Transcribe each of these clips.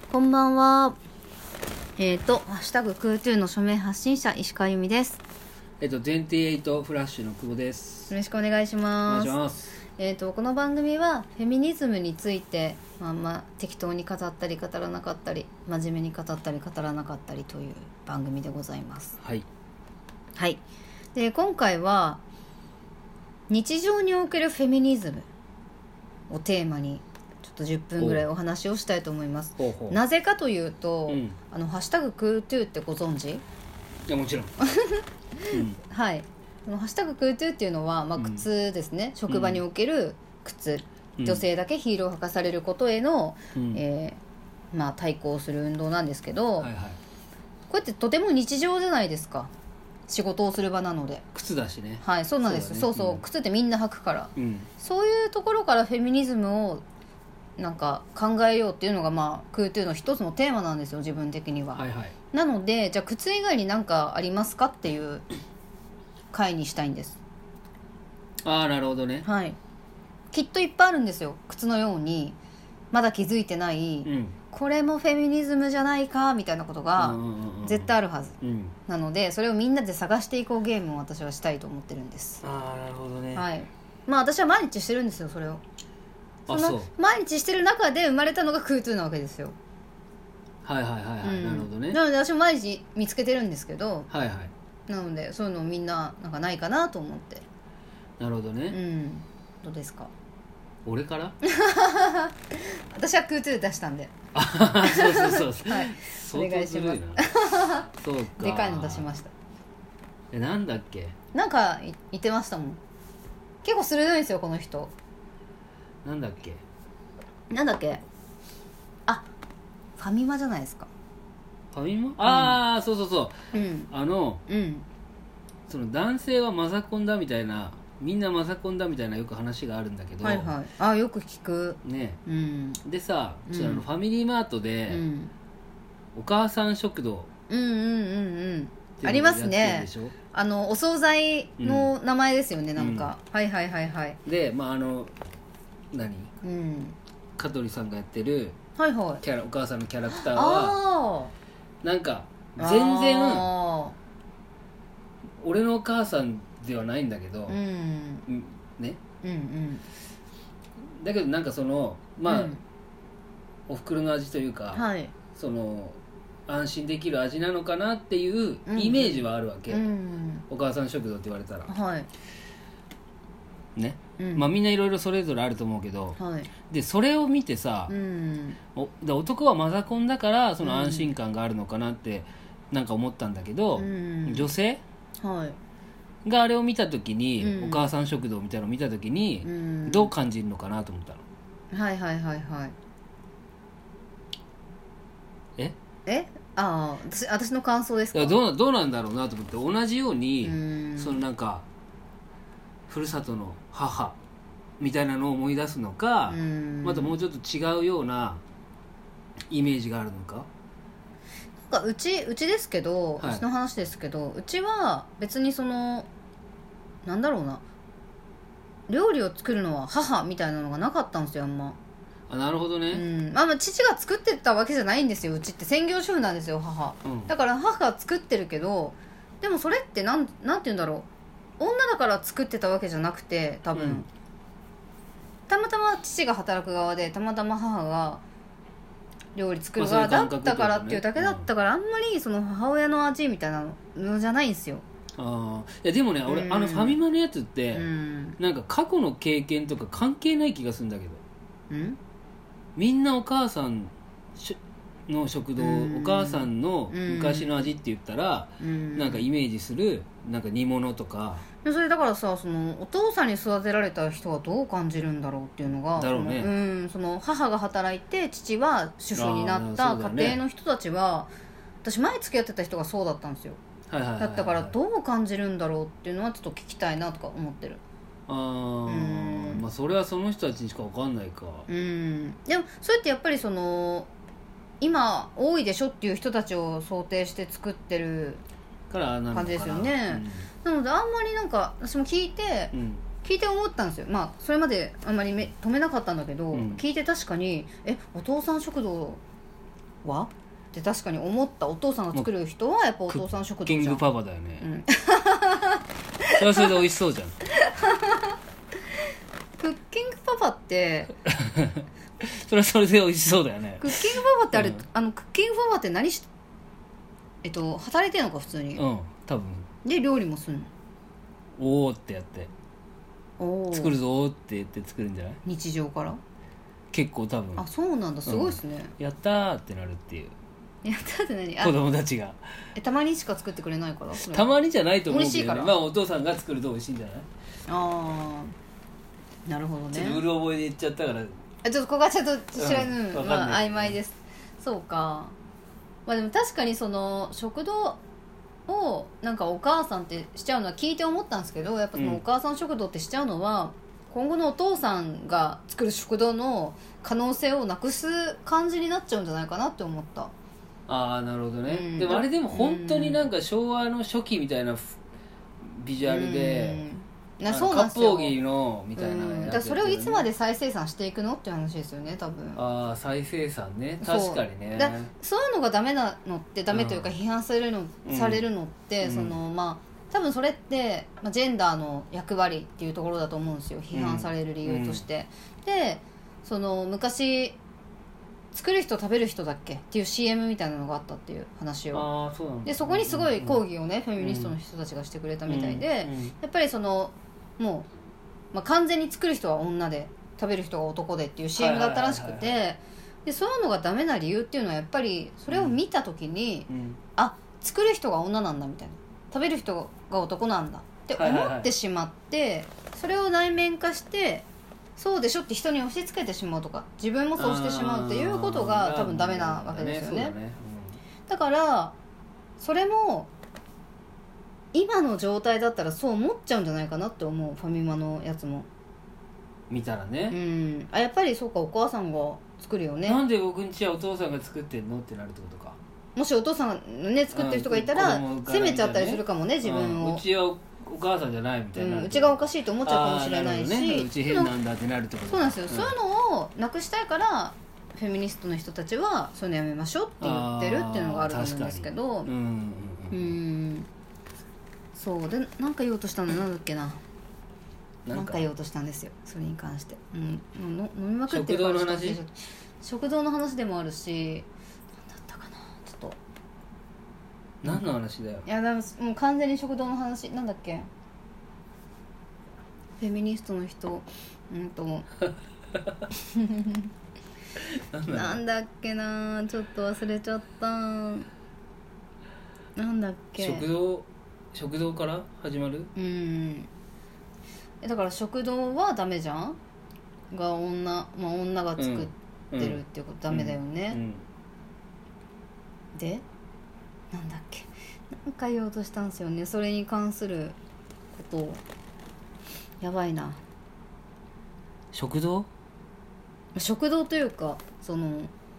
こんばんは。ハッシュタグクートゥーの署名発信者石川由美です。 28フラッシュの久保です。 よろしくお願いします。 お願いします。 この番組はフェミニズムについて適当に語ったり語らなかったり、真面目に語ったり語らなかったりという番組でございます。 はいはい。で、今回は日常におけるフェミニズムをテーマにちょっと10分ぐらいお話をしたいと思います。 ほうほう。 なぜかというと、ハッシュタグクートゥーってご存知？ いやもちろん、 はい。このハッシュタグクートゥーっていうのは、靴ですね、職場における靴、女性だけヒールを履かされることへの、対抗する運動なんですけど、 はいはい、 こうやってとても日常じゃないですか。仕事をする場なので。 靴だしね。 はい、そうなんです。そう、靴ってみんな履くから、そういうところからフェミニズムをなんか考えようっていうのがクートゥーの一つのテーマなんですよ、自分的には。 はいはい、 なので、じゃあ靴以外に何かありますかっていう回にしたいんです。 ああ、なるほどね。 はい。きっといっぱいあるんですよ、靴のようにまだ気づいてない、これもフェミニズムじゃないかみたいなことが絶対あるはず、なのでそれをみんなで探していこうゲームを私はしたいと思ってるんです。 ああ、なるほどね。 はい。私は毎日してるんですよ、それを。その毎日してる中で生まれたのがクートゥーなわけですよ。 はいはいはいはい、なるほどね。 なので私も毎日見つけてるんですけど、 はいはい、 なのでそういうのをみんななんかないかなと思って。 なるほどね。 どうですか？ 俺から私はクートゥー出したんでそうそう、はい、 お願いしますそうか、 でかいの出しました。 なんだっけ、 なんか言ってましたもん。結構鋭いんですよこの人。 なんだっけファミマじゃないですか。 ファミマ、ああ、そう、その男性はマザコンだみたいな、みんなマザコンだみたいなよく話があるんだけど、 はいはい、よく聞くね。でさ、ファミリーマートで、お母さん食堂ありますね。お惣菜の名前ですよね、なんか、はいはいはいはい。 で香取さんがやってるお母さんのキャラクターはなんか全然俺のお母さんではないんだけど、ね、だけどなんかそのお袋の味というか、その安心できる味なのかなっていうイメージはあるわけ、お母さん食堂って言われたら、ね、みんないろいろそれぞれあると思うけど、でそれを見てさ、で男はマザコンだからその安心感があるのかなってなんか思ったんだけど、女性、があれを見た時に、お母さん食堂みたいなのを見た時に、どう感じるのかなと思ったの。 はいはいはいはい。私の感想ですか？ どうなんだろうなと思って、同じようにそのなんかふるさとの母みたいなのを思い出すのか、またもうちょっと違うようなイメージがあるのか。 なんかうちですけど、うちの話ですけど、うちは別にそのなんだろうな、料理を作るのは母みたいなのがなかったんですよ、あんま。 なるほどね。 父が作ってたわけじゃないんですよ。うちって専業主婦なんですよ、母、だから母が作ってるけど、でもそれってなんて言うんだろう、女だから作ってたわけじゃなくて、多分、たまたま父が働く側で、たまたま母が料理作る側だったからっていうだけだったから、あんまりその母親の味みたいなのじゃないんですよ。 いやでもね、俺ファミマのやつって、なんか過去の経験とか関係ない気がするんだけど、みんなお母さんの食堂、お母さんの昔の味って言ったら、なんかイメージするなんか煮物とか。 それだからさ、そのお父さんに育てられた人はどう感じるんだろうっていうのが、 だろうね。 その母が働いて父は主婦になった家庭の人たちは、私前付き合ってた人がそうだったんですよ。だったからどう感じるんだろうっていうのはちょっと聞きたいなとか思ってる。 それはその人たちにしか分かんないか。 でもそれってやっぱりその今多いでしょっていう人たちを想定して作ってる感じですよね。なのであんまりなんか私も聞いて思ったんですよ。それまであんまり止めなかったんだけど、聞いて確かにお父さん食堂はって確かに思った。お父さんが作る人はやっぱお父さん食堂じゃん。 クッキングパパだよね、それはそれで美味しそうじゃんクッキングパパってそれはそれで美味しそうだよね。 クッキングパパってあれ、クッキングパパって何し働いてんのか普通に。 多分で料理もすんの。 おーってやって作るぞーって言って作るんじゃない？ 日常から結構多分。 あ、そうなんだ、すごいですね、 やったーってなるっていう。 やったって何？ 子供たちがたまにしか作ってくれないから。 たまにじゃないと思うけど、ね、 美味しいから。 まあお父さんが作ると美味しいんじゃない？ ああ、なるほどね。 ちょっとうる覚えで言っちゃったから、 ちょっとここはちょっと知らぬ、まあ曖昧です。そうか。まあでも確かにその食堂をなんかお母さんってしちゃうのは聞いて思ったんですけど、やっぱそのお母さん食堂ってしちゃうのは、今後のお父さんが作る食堂の可能性をなくす感じになっちゃうんじゃないかなって思った。 ああなるほどね、でもあれでも本当になんか昭和の初期みたいなビジュアルで、 そうなんですよ。 割烹着のみたいな、ね、 だからそれをいつまで再生産していくのっていう話ですよね多分。 ああ再生産ね、確かにね。 そういうのがダメなのってダメというか、批判されるのって、そのまあ多分それって、ジェンダーの役割っていうところだと思うんですよ、批判される理由として、でその昔作る人食べる人だっけっていう CM みたいなのがあったっていう話を。でそこにすごい抗議をね、フェミニストの人たちがしてくれたみたいで、やっぱりそのもう、完全に作る人は女で食べる人が男でっていう CM だったらしくて、でそういうのがダメな理由っていうのはやっぱりそれを見た時に、あ、作る人が女なんだみたいな、食べる人が男なんだって思ってしまって、それを内面化してそうでしょって人に押し付けてしまうとか、自分もそうしてしまうっていうことが多分ダメなわけですよね。だからそれも今の状態だったらそう思っちゃうんじゃないかなって思う、ファミマのやつも見たらね。 やっぱりそうか、お母さんが作るよね。 なんで僕んちはお父さんが作ってんのってなるってことか。 もしお父さんがね作ってる人がいたら責めちゃったりするかもね、自分を。 うちはお母さんじゃないみたいな、 うちがおかしいと思っちゃうかもしれないし、 うち変なんだってなるってこと。 そうなんですよ、そういうのをなくしたいからフェミニストの人たちはそういうのやめましょうって言ってるっていうのがあると思うんですけど、そうで、なんか言おうとしたのなんだっけな、なんか言おうとしたんですよ、それに関して。飲みまくってるから。食堂の話でもあるし、何だったかな、ちょっと何の話だよ。 いやでももう完全に食堂の話。なんだっけ、フェミニストの人なんだっけな、ちょっと忘れちゃった。なんだっけ。 食堂から始まる。 だから食堂はダメじゃんが、女が作ってるっていうことダメだよね、でなんだっけ、なんか言おうとしたんですよね、それに関することを。やばいな。 食堂というか、その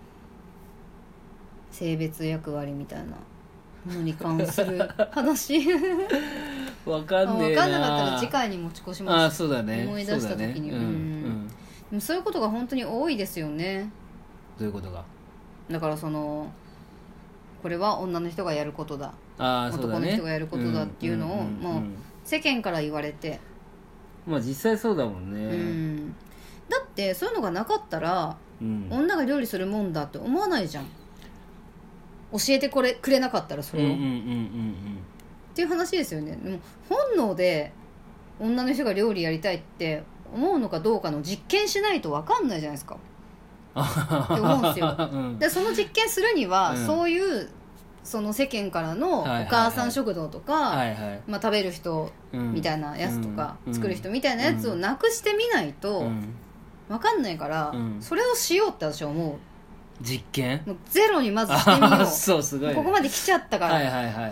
性別役割みたいなものに関する話分かんねえな。 分かんなかったら次回に持ち越します。 あ、そうだね、 思い出した時に。でもそういうことが本当に多いですよね。 どういうことが。だからそのこれは女の人がやることだ、男の人がやることだっていうのをもう世間から言われて、 まあ実際そうだもんね。 だってそういうのがなかったら、女が料理するもんだって思わないじゃん。教えてくれなかったらそれを、っていう話ですよね。でも本能で女の人が料理やりたいって思うのかどうかの実験しないと分かんないじゃないですかって思うんですよ、でその実験するには、そういうその世間からのお母さん食堂とか、食べる人みたいなやつとか、作る人みたいなやつをなくしてみないと分かんないから、それをしようって私は思う。 実験もうゼロにまずしてみようそうすごい、ね、 ここまで来ちゃったから、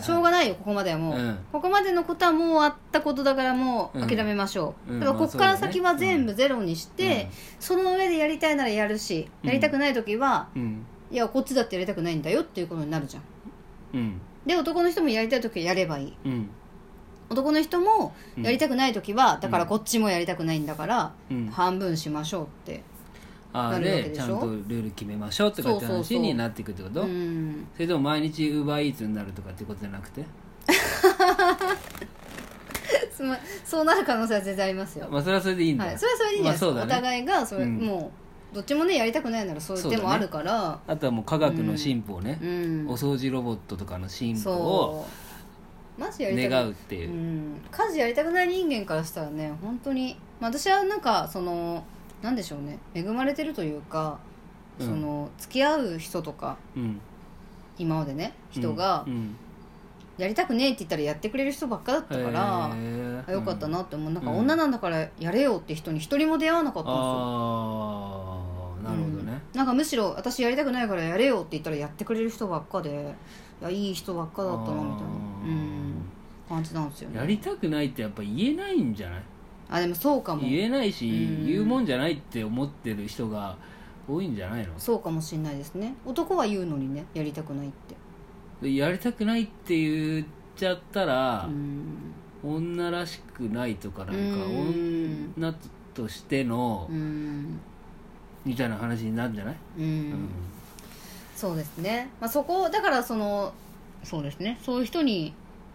しょうがないよ、ここまではもう、ここまでのことはもうあったことだからもう諦めましょう、だからここから先は全部ゼロにして、その上でやりたいならやるし、やりたくない時は、いやこっちだってやりたくないんだよっていうことになるじゃん、で男の人もやりたい時はやればいい、男の人もやりたくない時は、だからこっちもやりたくないんだから、半分しましょうってなるわけでしょ。 ちゃんとルール決めましょうとかって話になっていくってこと？それとも毎日ウーバーイーツになるとかってことじゃなくてそうなる可能性は全然ありますよ。 まあそれはそれでいいんだ、 はい、それはそれでいいんじゃないですか、 まあそうだね、 お互いがそれ、もうどっちもねやりたくないならそういう手もあるから、 あとはもう科学の進歩をね、お掃除ロボットとかの進歩をマジやりたくない願うっていう、 家事やりたくない人間からしたらね本当に、私はなんかそのなんでしょうね、恵まれてるというか、その付き合う人とか、今までね人が、やりたくねえって言ったらやってくれる人ばっかだったから、よかったなって思う。なんか女なんだからやれよって人に一人も出会わなかったんですよ。 なるほどね、 なんかむしろ私やりたくないからやれよって言ったらやってくれる人ばっかで、いい人ばっかだったなみたいな、感じなんですよね。 やりたくないってやっぱ言えないんじゃない？ でもそうかも。 言えないし、言うもんじゃないって思ってる人が多いんじゃないの？ そうかもしれないですね。男は言うのにね、やりたくないって。 やりたくないって言っちゃったら、女らしくないとかなんか女としてのみたいな話になるんじゃない？ そうですね、そこだからそうですね、そういう人に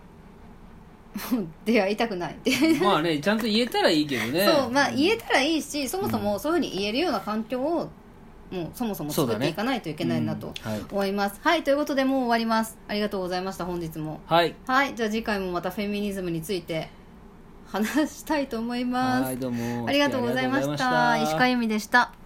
出会いたくないってまあね、ちゃんと言えたらいいけどね。 そう、言えたらいいし、そもそもそういうふうに言えるような環境をもうそもそも作っていかないといけないなと思います。はい、ということでもう終わります。ありがとうございました。本日もはい、じゃあ次回もまたフェミニズムについて話したいと思います。 はい、どうもありがとうございました。石川由美でした。